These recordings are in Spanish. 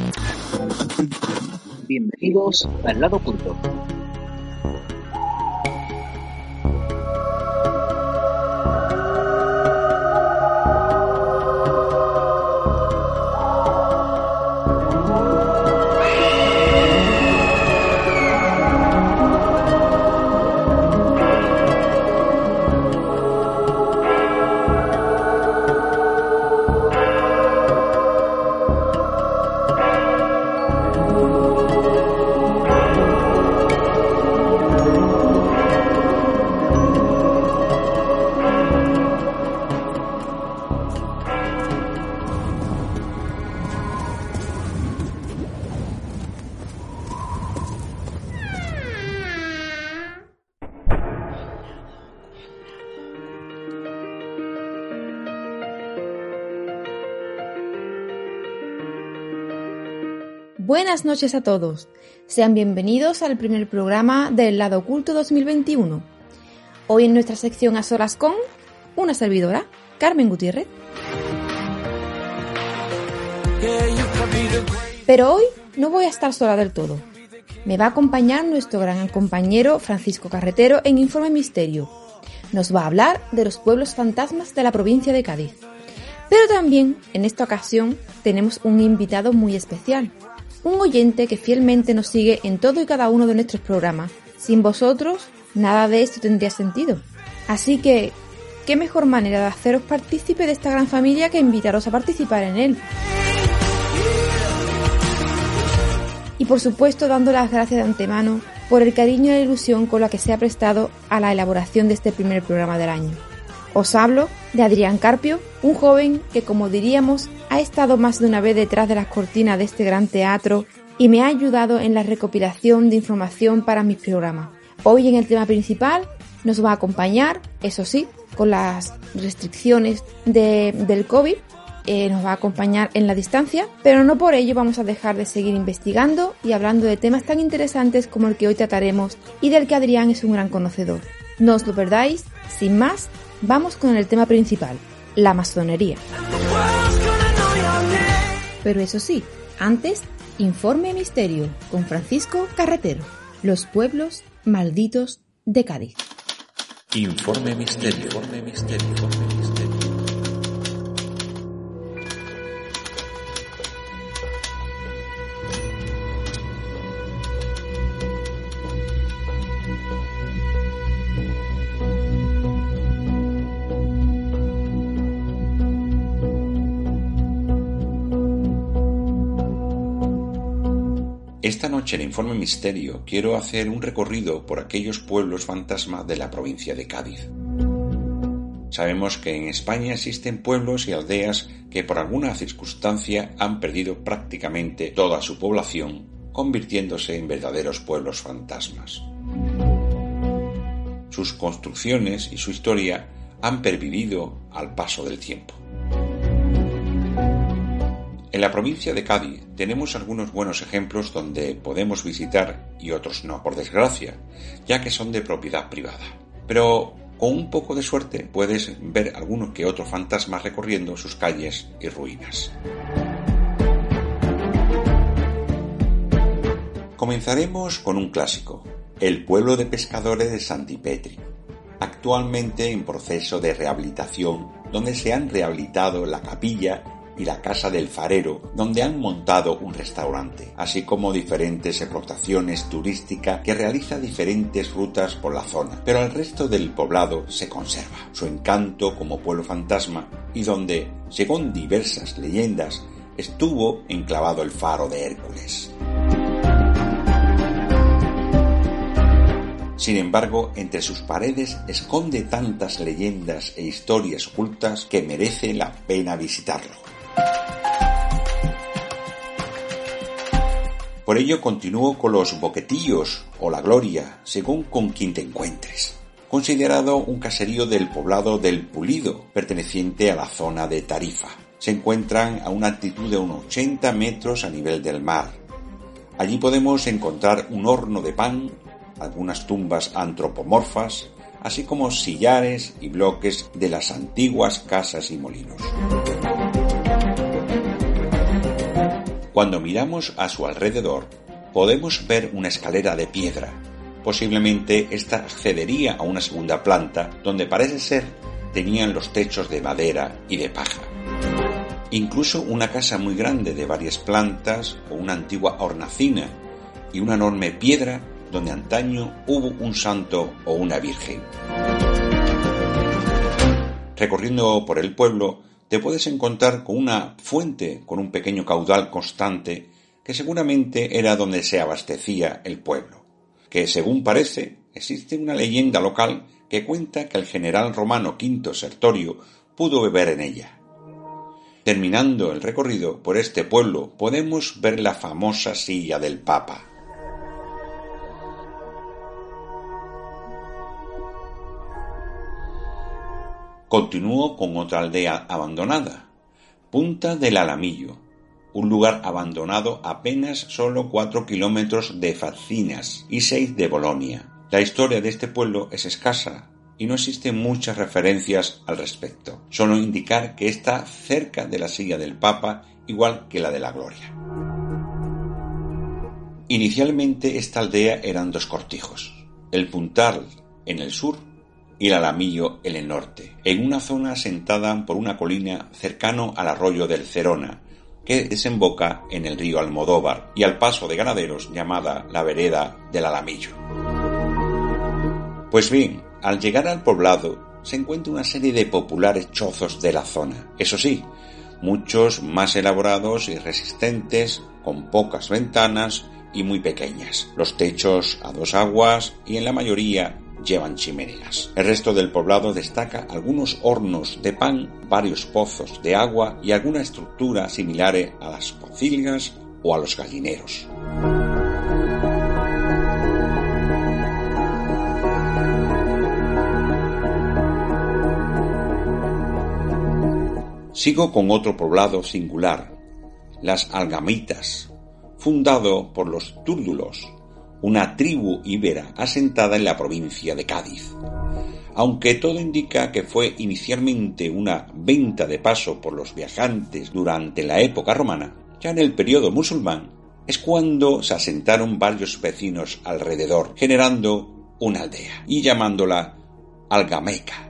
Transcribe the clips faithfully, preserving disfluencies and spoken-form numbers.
Bienvenidos al lado oculto. Buenas noches a todos. Sean bienvenidos al primer programa del Lado Oculto dos mil veintiuno. Hoy en nuestra sección A Solas con una servidora, Carmen Gutiérrez. Pero hoy no voy a estar sola del todo. Me va a acompañar nuestro gran compañero Francisco Carretero en Informe Misterio. Nos va a hablar de los pueblos fantasmas de la provincia de Cádiz. Pero también, en esta ocasión, tenemos un invitado muy especial. Un oyente que fielmente nos sigue en todo y cada uno de nuestros programas. Sin vosotros, nada de esto tendría sentido. Así que, ¿qué mejor manera de haceros partícipe de esta gran familia que invitaros a participar en él? Y por supuesto, dando las gracias de antemano por el cariño y la ilusión con la que se ha prestado a la elaboración de este primer programa del año. Os hablo de Adrián Carpio, un joven que, como diríamos, ha estado más de una vez detrás de las cortinas de este gran teatro y me ha ayudado en la recopilación de información para mis programas. Hoy en el tema principal nos va a acompañar, eso sí, con las restricciones de, del COVID, eh, nos va a acompañar en la distancia, pero no por ello vamos a dejar de seguir investigando y hablando de temas tan interesantes como el que hoy trataremos y del que Adrián es un gran conocedor. No os lo perdáis. Sin más, vamos con el tema principal, la masonería. Pero eso sí, antes, Informe Misterio con Francisco Carretero, los pueblos malditos de Cádiz. Informe Misterio, Informe Misterio, Informe Misterio. Esta noche en Informe Misterio quiero hacer un recorrido por aquellos pueblos fantasma de la provincia de Cádiz. Sabemos que en España existen pueblos y aldeas que por alguna circunstancia han perdido prácticamente toda su población, convirtiéndose en verdaderos pueblos fantasmas. Sus construcciones y su historia han pervivido al paso del tiempo. En la provincia de Cádiz tenemos algunos buenos ejemplos donde podemos visitar y otros no, por desgracia, ya que son de propiedad privada. Pero con un poco de suerte puedes ver algunos que otros fantasmas recorriendo sus calles y ruinas. Comenzaremos con un clásico, el pueblo de pescadores de Santipetri, actualmente en proceso de rehabilitación, donde se han rehabilitado la capilla y la casa del farero, donde han montado un restaurante, así como diferentes explotaciones turísticas que realiza diferentes rutas por la zona, pero el resto del poblado se conserva su encanto como pueblo fantasma y donde, según diversas leyendas, estuvo enclavado el faro de Hércules. Sin embargo, entre sus paredes esconde tantas leyendas e historias ocultas que merece la pena visitarlo. Por ello continúo con los boquetillos o la gloria, según con quien te encuentres. Considerado un caserío del poblado del Pulido, perteneciente a la zona de Tarifa. Se encuentran a una altitud de unos ochenta metros a nivel del mar. Allí podemos encontrar un horno de pan, algunas tumbas antropomorfas, así como sillares y bloques de las antiguas casas y molinos. Cuando miramos a su alrededor, podemos ver una escalera de piedra. Posiblemente esta accedería a una segunda planta, donde parece ser tenían los techos de madera y de paja. Incluso una casa muy grande de varias plantas o una antigua hornacina y una enorme piedra donde antaño hubo un santo o una virgen. Recorriendo por el pueblo te puedes encontrar con una fuente con un pequeño caudal constante que seguramente era donde se abastecía el pueblo, que según parece existe una leyenda local que cuenta que el general romano Quinto Sertorio pudo beber en ella. Terminando el recorrido por este pueblo podemos ver la famosa silla del Papa. Continúo con otra aldea abandonada, Punta del Alamillo, un lugar abandonado apenas solo cuatro kilómetros de Facinas y seis de Bolonia. La historia de este pueblo es escasa y no existen muchas referencias al respecto, solo indicar que está cerca de la silla del Papa, igual que la de la Gloria. Inicialmente esta aldea eran dos cortijos, el Puntal en el sur y el Alamillo en el norte, en una zona asentada por una colina cercano al arroyo del Cerona, que desemboca en el río Almodóvar y al paso de ganaderos llamada la vereda del Alamillo. Pues bien, al llegar al poblado se encuentra una serie de populares chozos de la zona, eso sí, muchos más elaborados y resistentes, con pocas ventanas y muy pequeñas, los techos a dos aguas y en la mayoría llevan chimeneas. El resto del poblado destaca algunos hornos de pan, varios pozos de agua y alguna estructura similar a las pocilgas o a los gallineros. Sigo con otro poblado singular, las Algamitas, fundado por los túrdulos, una tribu íbera asentada en la provincia de Cádiz. Aunque todo indica que fue inicialmente una venta de paso por los viajantes durante la época romana, ya en el periodo musulmán es cuando se asentaron varios vecinos alrededor, generando una aldea y llamándola Algameca.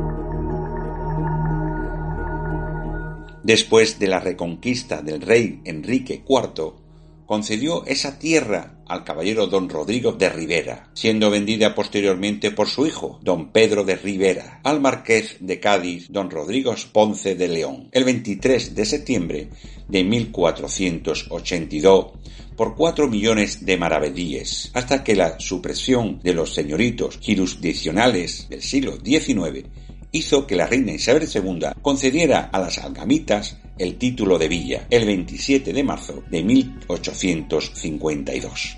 Después de la reconquista del rey Enrique cuarto, concedió esa tierra al caballero don Rodrigo de Ribera, siendo vendida posteriormente por su hijo, don Pedro de Ribera, al marqués de Cádiz, don Rodrigo Ponce de León, el veintitrés de septiembre de mil cuatrocientos ochenta y dos, por cuatro millones de maravedíes, hasta que la supresión de los señoritos jurisdiccionales del siglo diecinueve hizo que la reina Isabel segunda concediera a las Algamitas el título de villa el veintisiete de marzo de mil ochocientos cincuenta y dos.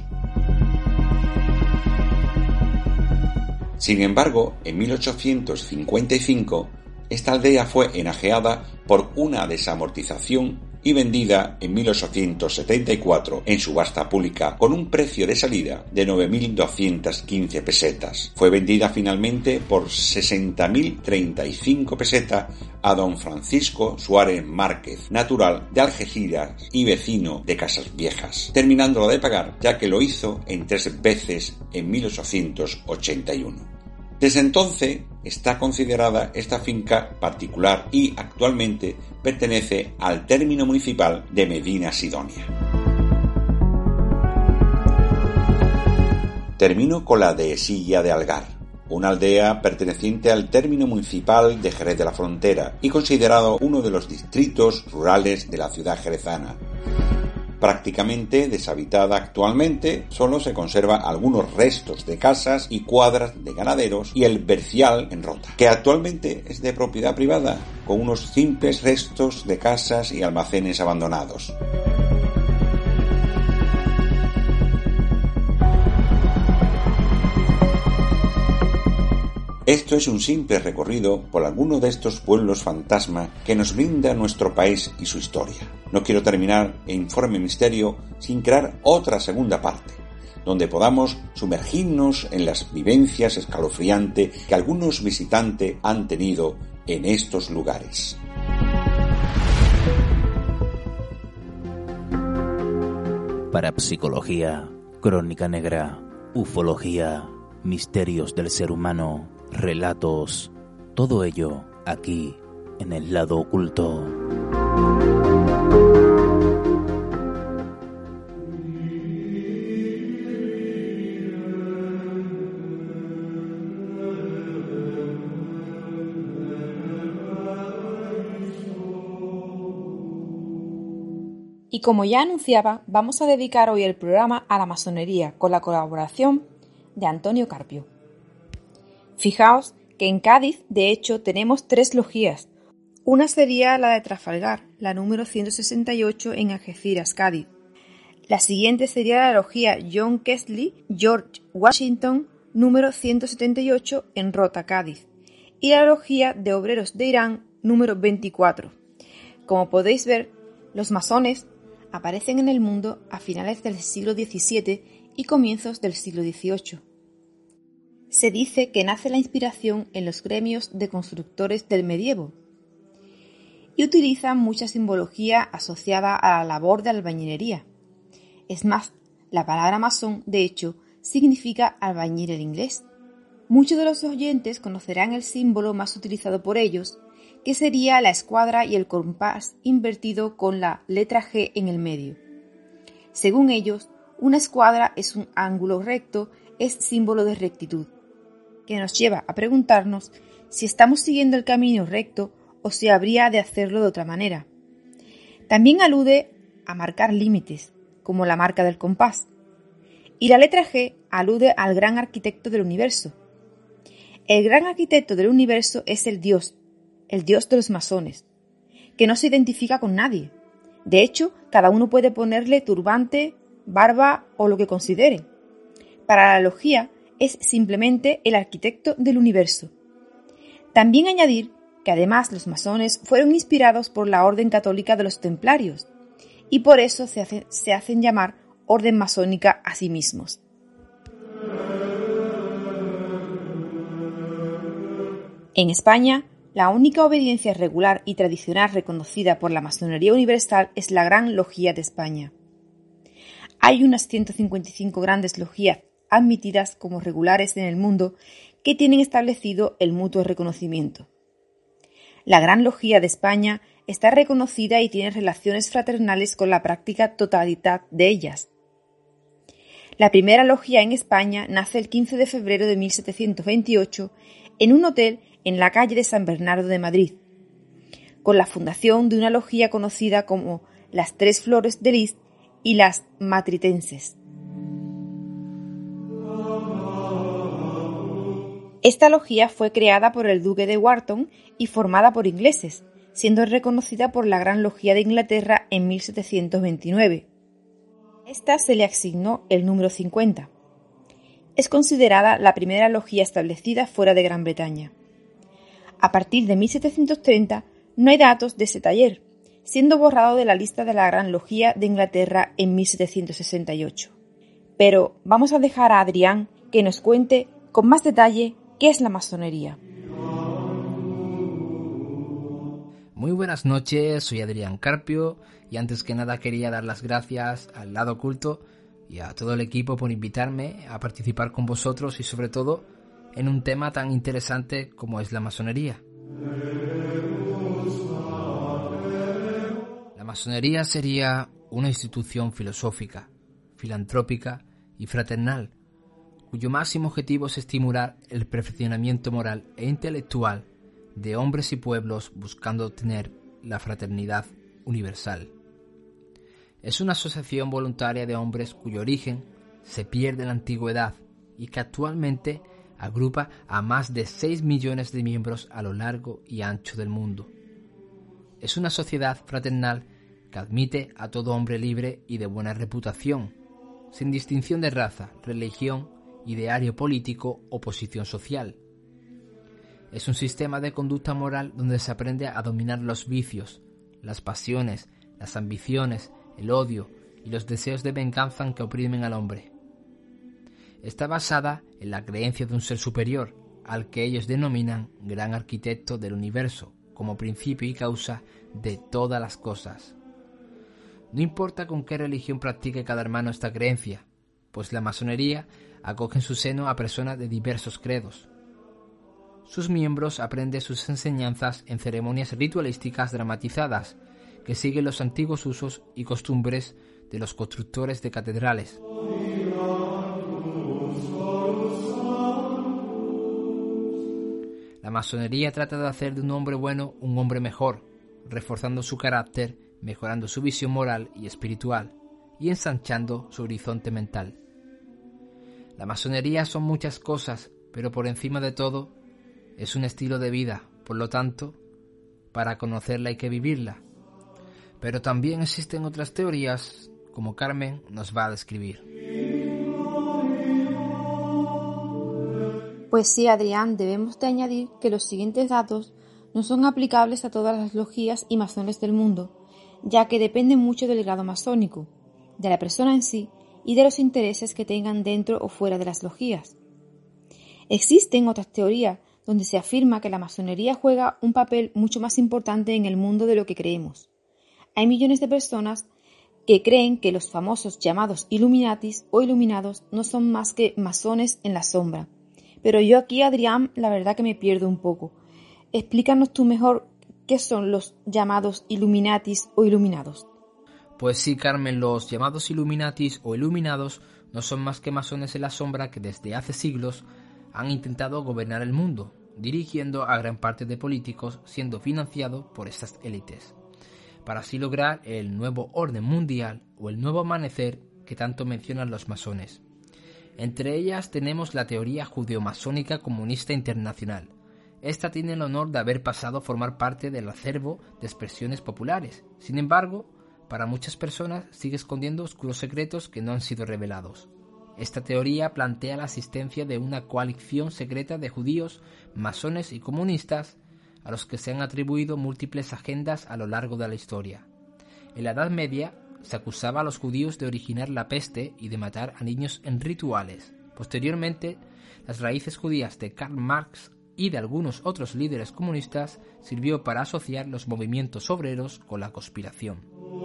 Sin embargo, en mil ochocientos cincuenta y cinco, esta aldea fue enajeada por una desamortización y vendida en mil ochocientos setenta y cuatro en subasta pública con un precio de salida de nueve mil doscientas quince pesetas. Fue vendida finalmente por sesenta mil treinta y cinco pesetas a don Francisco Suárez Márquez, natural de Algeciras y vecino de Casas Viejas, terminándola de pagar ya que lo hizo en tres veces en mil ochocientos ochenta y uno. Desde entonces está considerada esta finca particular y actualmente pertenece al término municipal de Medina Sidonia. Termino con la dehesilla de Algar, una aldea perteneciente al término municipal de Jerez de la Frontera y considerado uno de los distritos rurales de la ciudad jerezana. Prácticamente deshabitada actualmente, solo se conserva algunos restos de casas y cuadras de ganaderos y el Bercial en Rota, que actualmente es de propiedad privada, con unos simples restos de casas y almacenes abandonados. Esto es un simple recorrido por alguno de estos pueblos fantasma que nos brinda nuestro país y su historia. No quiero terminar el Informe Misterio sin crear otra segunda parte, donde podamos sumergirnos en las vivencias escalofriantes que algunos visitantes han tenido en estos lugares. parapsicología, crónica negra, ufología, misterios del ser humano, relatos, todo ello aquí en el lado oculto. Y como ya anunciaba, vamos a dedicar hoy el programa a la masonería con la colaboración de Antonio Carpio. Fijaos que en Cádiz, de hecho, tenemos tres logias. Una sería la de Trafalgar, la número ciento sesenta y ocho en Algeciras, Cádiz. La siguiente sería la logía John Kesley, George Washington, número ciento setenta y ocho en Rota, Cádiz. Y la logía de Obreros de Irán, número veinticuatro. Como podéis ver, los masones aparecen en el mundo a finales del siglo diecisiete y comienzos del siglo dieciocho. Se dice que nace la inspiración en los gremios de constructores del medievo y utilizan mucha simbología asociada a la labor de albañilería. Es más, la palabra masón, de hecho, significa albañil en inglés. Muchos de los oyentes conocerán el símbolo más utilizado por ellos, que sería la escuadra y el compás invertido con la letra G en el medio. Según ellos, una escuadra es un ángulo recto, es símbolo de rectitud, que nos lleva a preguntarnos si estamos siguiendo el camino recto o si habría de hacerlo de otra manera. También alude a marcar límites, como la marca del compás. Y la letra G alude al gran arquitecto del universo. El gran arquitecto del universo es el Dios, el Dios de los masones, que no se identifica con nadie. De hecho, cada uno puede ponerle turbante, barba o lo que considere. Para la logía es simplemente el arquitecto del universo. También añadir que además los masones fueron inspirados por la orden católica de los templarios y por eso se, hace, se hacen llamar orden masónica a sí mismos. En España, la única obediencia regular y tradicional reconocida por la masonería universal es la Gran Logía de España. Hay unas ciento cincuenta y cinco grandes logías admitidas como regulares en el mundo que tienen establecido el mutuo reconocimiento. La Gran Logía de España está reconocida y tiene relaciones fraternales con la práctica totalidad de ellas. La primera logía en España nace el quince de febrero de mil setecientos veintiocho en un hotel en la calle de San Bernardo de Madrid, con la fundación de una logía conocida como las Tres Flores de Lis y las Matritenses. Esta logía fue creada por el duque de Wharton y formada por ingleses, siendo reconocida por la Gran Logía de Inglaterra en mil setecientos veintinueve. A esta se le asignó el número cincuenta. Es considerada la primera logía establecida fuera de Gran Bretaña. A partir de mil setecientos treinta no hay datos de ese taller, siendo borrado de la lista de la Gran Logía de Inglaterra en mil setecientos sesenta y ocho. Pero vamos a dejar a Adrián que nos cuente con más detalle qué es la masonería. Muy buenas noches, soy Adrián Carpio y antes que nada quería dar las gracias al Lado Oculto y a todo el equipo por invitarme a participar con vosotros y sobre todo en un tema tan interesante como es la masonería. La masonería sería una institución filosófica, filantrópica y fraternal, cuyo máximo objetivo es estimular el perfeccionamiento moral e intelectual de hombres y pueblos buscando obtener la fraternidad universal. Es una asociación voluntaria de hombres cuyo origen se pierde en la antigüedad y que actualmente agrupa a más de seis millones de miembros a lo largo y ancho del mundo. Es una sociedad fraternal que admite a todo hombre libre y de buena reputación, sin distinción de raza, religión, ideario político o posición social. Es un sistema de conducta moral donde se aprende a dominar los vicios, las pasiones, las ambiciones, el odio y los deseos de venganza que oprimen al hombre. Está basada en la creencia de un ser superior, al que ellos denominan gran arquitecto del universo, como principio y causa de todas las cosas. No importa con qué religión practique cada hermano esta creencia, pues la masonería acoge en su seno a personas de diversos credos. Sus miembros aprenden sus enseñanzas en ceremonias ritualísticas dramatizadas que siguen los antiguos usos y costumbres de los constructores de catedrales. La masonería trata de hacer de un hombre bueno un hombre mejor, reforzando su carácter, mejorando su visión moral y espiritual, y ensanchando su horizonte mental. La masonería son muchas cosas, pero por encima de todo, es un estilo de vida, por lo tanto, para conocerla hay que vivirla. Pero también existen otras teorías, como Carmen nos va a describir. Pues sí, Adrián, debemos de añadir que los siguientes datos no son aplicables a todas las logias y masones del mundo, ya que dependen mucho del grado masónico, de la persona en sí y de los intereses que tengan dentro o fuera de las logias. Existen otras teorías donde se afirma que la masonería juega un papel mucho más importante en el mundo de lo que creemos. Hay millones de personas que creen que los famosos llamados Illuminatis o Iluminados no son más que masones en la sombra. Pero yo aquí, Adrián, la verdad que me pierdo un poco. Explícanos tú mejor qué son los llamados Illuminatis o Iluminados. Pues sí, Carmen, los llamados Illuminatis o Iluminados no son más que masones en la sombra que desde hace siglos han intentado gobernar el mundo, dirigiendo a gran parte de políticos, siendo financiados por estas élites, para así lograr el nuevo orden mundial o el nuevo amanecer que tanto mencionan los masones. Entre ellas tenemos la teoría judeo-masónica comunista internacional. Esta tiene el honor de haber pasado a formar parte del acervo de expresiones populares. Sin embargo, para muchas personas sigue escondiendo oscuros secretos que no han sido revelados. Esta teoría plantea la existencia de una coalición secreta de judíos, masones y comunistas a los que se han atribuido múltiples agendas a lo largo de la historia. En la Edad Media se acusaba a los judíos de originar la peste y de matar a niños en rituales. Posteriormente, las raíces judías de Karl Marx y de algunos otros líderes comunistas sirvió para asociar los movimientos obreros con la conspiración.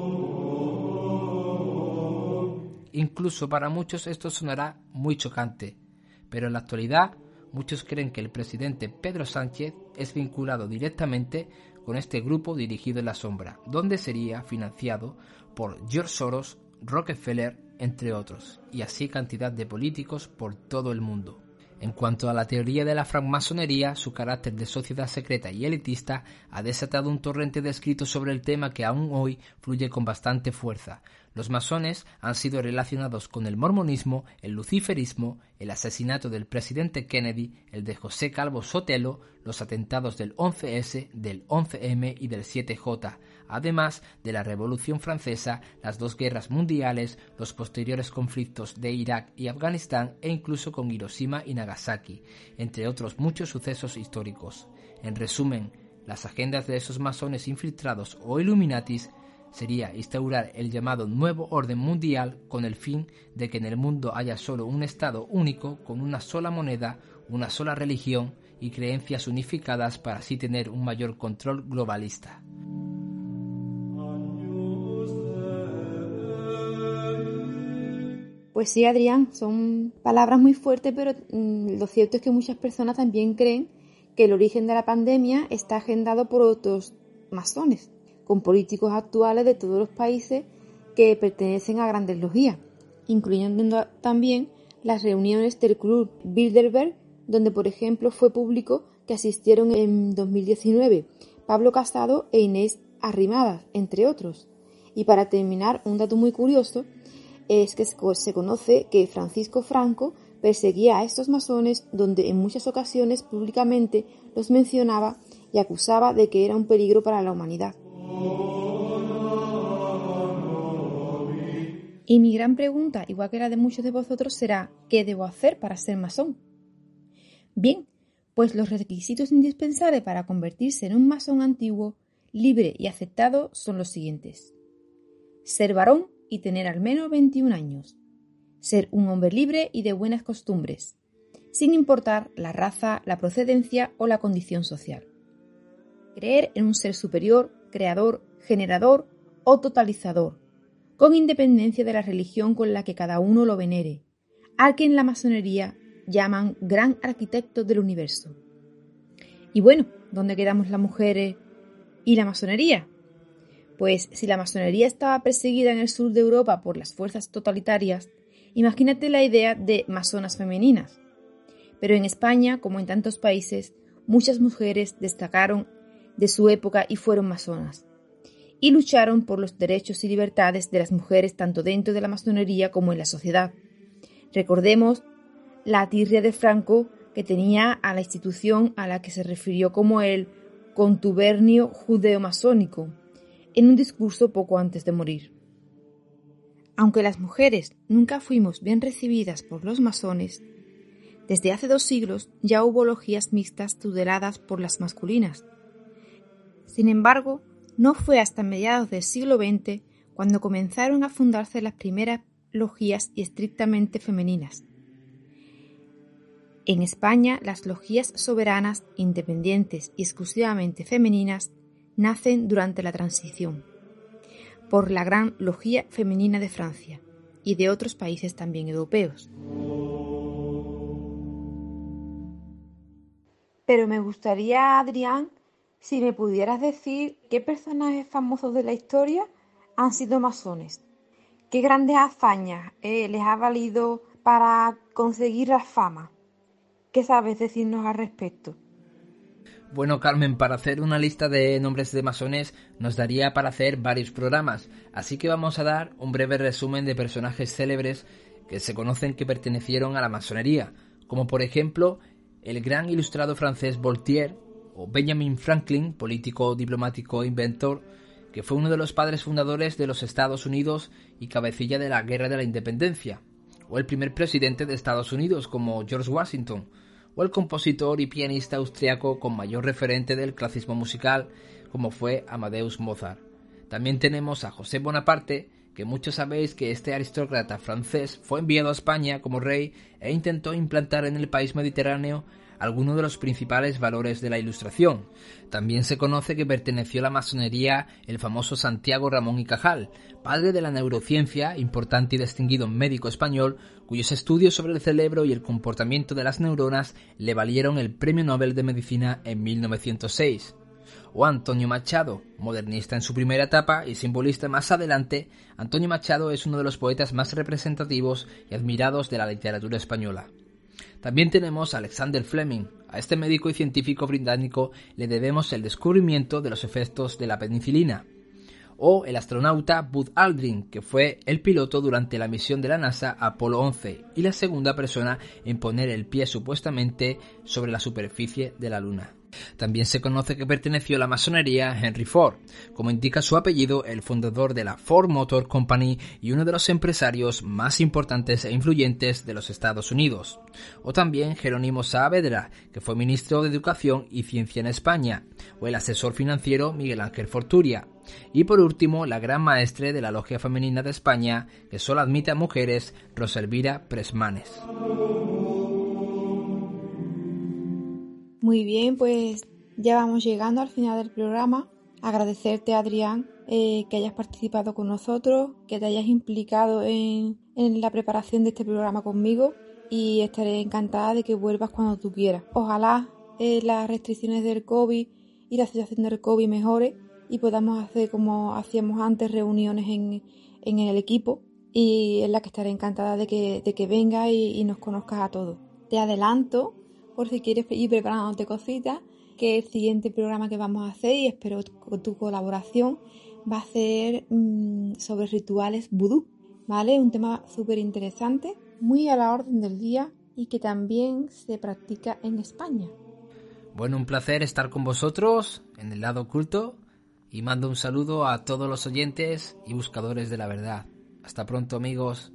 Incluso para muchos esto sonará muy chocante, pero en la actualidad muchos creen que el presidente Pedro Sánchez es vinculado directamente con este grupo dirigido en la sombra, donde sería financiado por George Soros, Rockefeller, entre otros, y así cantidad de políticos por todo el mundo. En cuanto a la teoría de la francmasonería, su carácter de sociedad secreta y elitista ha desatado un torrente de escritos sobre el tema que aún hoy fluye con bastante fuerza. Los masones han sido relacionados con el mormonismo, el luciferismo, el asesinato del presidente Kennedy, el de José Calvo Sotelo, los atentados del once ese, del once eme y del siete jota, además de la Revolución Francesa, las dos guerras mundiales, los posteriores conflictos de Irak y Afganistán e incluso con Hiroshima y Nagasaki, entre otros muchos sucesos históricos. En resumen, las agendas de esos masones infiltrados o Illuminatis sería instaurar el llamado nuevo orden mundial con el fin de que en el mundo haya solo un estado único con una sola moneda, una sola religión y creencias unificadas para así tener un mayor control globalista. Pues sí, Adrián, son palabras muy fuertes, pero mmm, lo cierto es que muchas personas también creen que el origen de la pandemia está agendado por otros masones, con políticos actuales de todos los países que pertenecen a grandes logias, incluyendo también las reuniones del Club Bilderberg, donde por ejemplo fue público que asistieron en dos mil diecinueve Pablo Casado e Inés Arrimadas, entre otros. Y para terminar, un dato muy curioso es que se conoce que Francisco Franco perseguía a estos masones, donde en muchas ocasiones públicamente los mencionaba y acusaba de que era un peligro para la humanidad. Y mi gran pregunta, igual que la de muchos de vosotros, será ¿qué debo hacer para ser masón? Bien, pues los requisitos indispensables para convertirse en un masón antiguo, libre y aceptado son los siguientes: ser varón y tener al menos veintiún años, ser un hombre libre y de buenas costumbres, sin importar la raza, la procedencia o la condición social, creer en un ser superior, creador, generador o totalizador, con independencia de la religión con la que cada uno lo venere, al que en la masonería llaman gran arquitecto del universo. Y bueno, ¿dónde quedamos las mujeres y la masonería? Pues si la masonería estaba perseguida en el sur de Europa por las fuerzas totalitarias, imagínate la idea de masonas femeninas. Pero en España, como en tantos países, muchas mujeres destacaron de su época y fueron masonas, y lucharon por los derechos y libertades de las mujeres tanto dentro de la masonería como en la sociedad. Recordemos la tirria de Franco que tenía a la institución a la que se refirió como el contubernio judeo-masónico, en un discurso poco antes de morir. Aunque las mujeres nunca fuimos bien recibidas por los masones, desde hace dos siglos ya hubo logias mixtas tuteladas por las masculinas. Sin embargo, no fue hasta mediados del siglo veinte cuando comenzaron a fundarse las primeras logias estrictamente femeninas. En España, las logias soberanas, independientes y exclusivamente femeninas nacen durante la transición, por la Gran Logia Femenina de Francia y de otros países también europeos. Pero me gustaría, Adrián, si me pudieras decir qué personajes famosos de la historia han sido masones. ¿Qué grandes hazañas eh, les ha valido para conseguir la fama? ¿Qué sabes decirnos al respecto? Bueno, Carmen, para hacer una lista de nombres de masones nos daría para hacer varios programas, así que vamos a dar un breve resumen de personajes célebres que se conocen que pertenecieron a la masonería, como por ejemplo el gran ilustrado francés Voltaire o Benjamin Franklin, político, diplomático e inventor, que fue uno de los padres fundadores de los Estados Unidos y cabecilla de la Guerra de la Independencia, o el primer presidente de Estados Unidos como George Washington, o el compositor y pianista austriaco con mayor referente del clasicismo musical como fue Amadeus Mozart. También tenemos a José Bonaparte, que muchos sabéis que este aristócrata francés fue enviado a España como rey e intentó implantar en el país mediterráneo algunos de los principales valores de la Ilustración. También se conoce que perteneció a la masonería el famoso Santiago Ramón y Cajal, padre de la neurociencia, importante y distinguido médico español, cuyos estudios sobre el cerebro y el comportamiento de las neuronas le valieron el Premio Nobel de Medicina en mil novecientos seis. O Antonio Machado, modernista en su primera etapa y simbolista más adelante. Antonio Machado es uno de los poetas más representativos y admirados de la literatura española. También tenemos a Alexander Fleming. A este médico y científico británico le debemos el descubrimiento de los efectos de la penicilina. O el astronauta Buzz Aldrin, que fue el piloto durante la misión de la NASA Apolo once y la segunda persona en poner el pie supuestamente sobre la superficie de la Luna. También se conoce que perteneció a la masonería Henry Ford, como indica su apellido, el fundador de la Ford Motor Company y uno de los empresarios más importantes e influyentes de los Estados Unidos. O también Jerónimo Saavedra, que fue ministro de Educación y Ciencia en España, o el asesor financiero Miguel Ángel Forturia. Y por último, la gran maestre de la Logia Femenina de España, que solo admite a mujeres, Rosa Elvira Presmanes. Muy bien, pues ya vamos llegando al final del programa. Agradecerte, Adrián, eh, que hayas participado con nosotros, que te hayas implicado en, en la preparación de este programa conmigo, y estaré encantada de que vuelvas cuando tú quieras. Ojalá eh, las restricciones del COVID y la situación del COVID mejore y podamos hacer como hacíamos antes, reuniones en, en el equipo, y en la que estaré encantada de que, de que vengas y, y nos conozcas a todos. Te adelanto, por si quieres ir preparándote cositas, que el siguiente programa que vamos a hacer, y espero con tu colaboración, va a ser mmm, sobre rituales vudú, ¿vale? Un tema súper interesante, muy a la orden del día y que también se practica en España. Bueno, un placer estar con vosotros en el lado oculto y mando un saludo a todos los oyentes y buscadores de la verdad. Hasta pronto, amigos.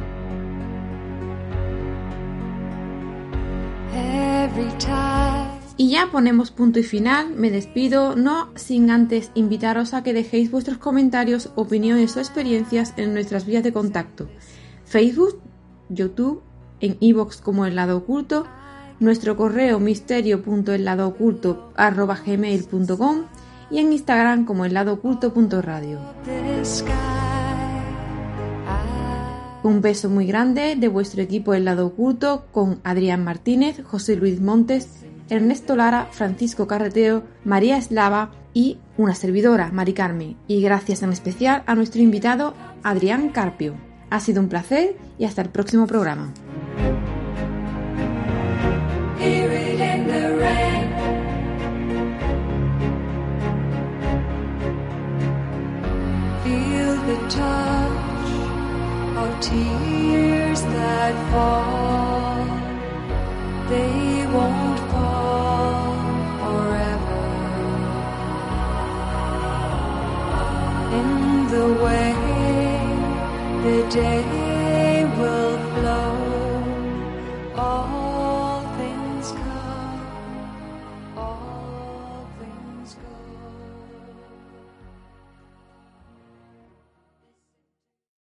Every time Y ya ponemos punto y final, me despido, no sin antes invitaros a que dejéis vuestros comentarios, opiniones o experiencias en nuestras vías de contacto. Facebook, YouTube, en iVoox como El Lado Oculto, nuestro correo misterio punto el lado oculto arroba gmail punto com y en Instagram como el lado oculto punto radio. Un beso muy grande de vuestro equipo El Lado Oculto con Adrián Martínez, José Luis Montes, Ernesto Lara, Francisco Carreteo, María Eslava y una servidora, Mari Carmen. Y gracias en especial a nuestro invitado Adrián Carpio. Ha sido un placer y hasta el próximo programa. Tears that fall, they won't fall forever. In the way the day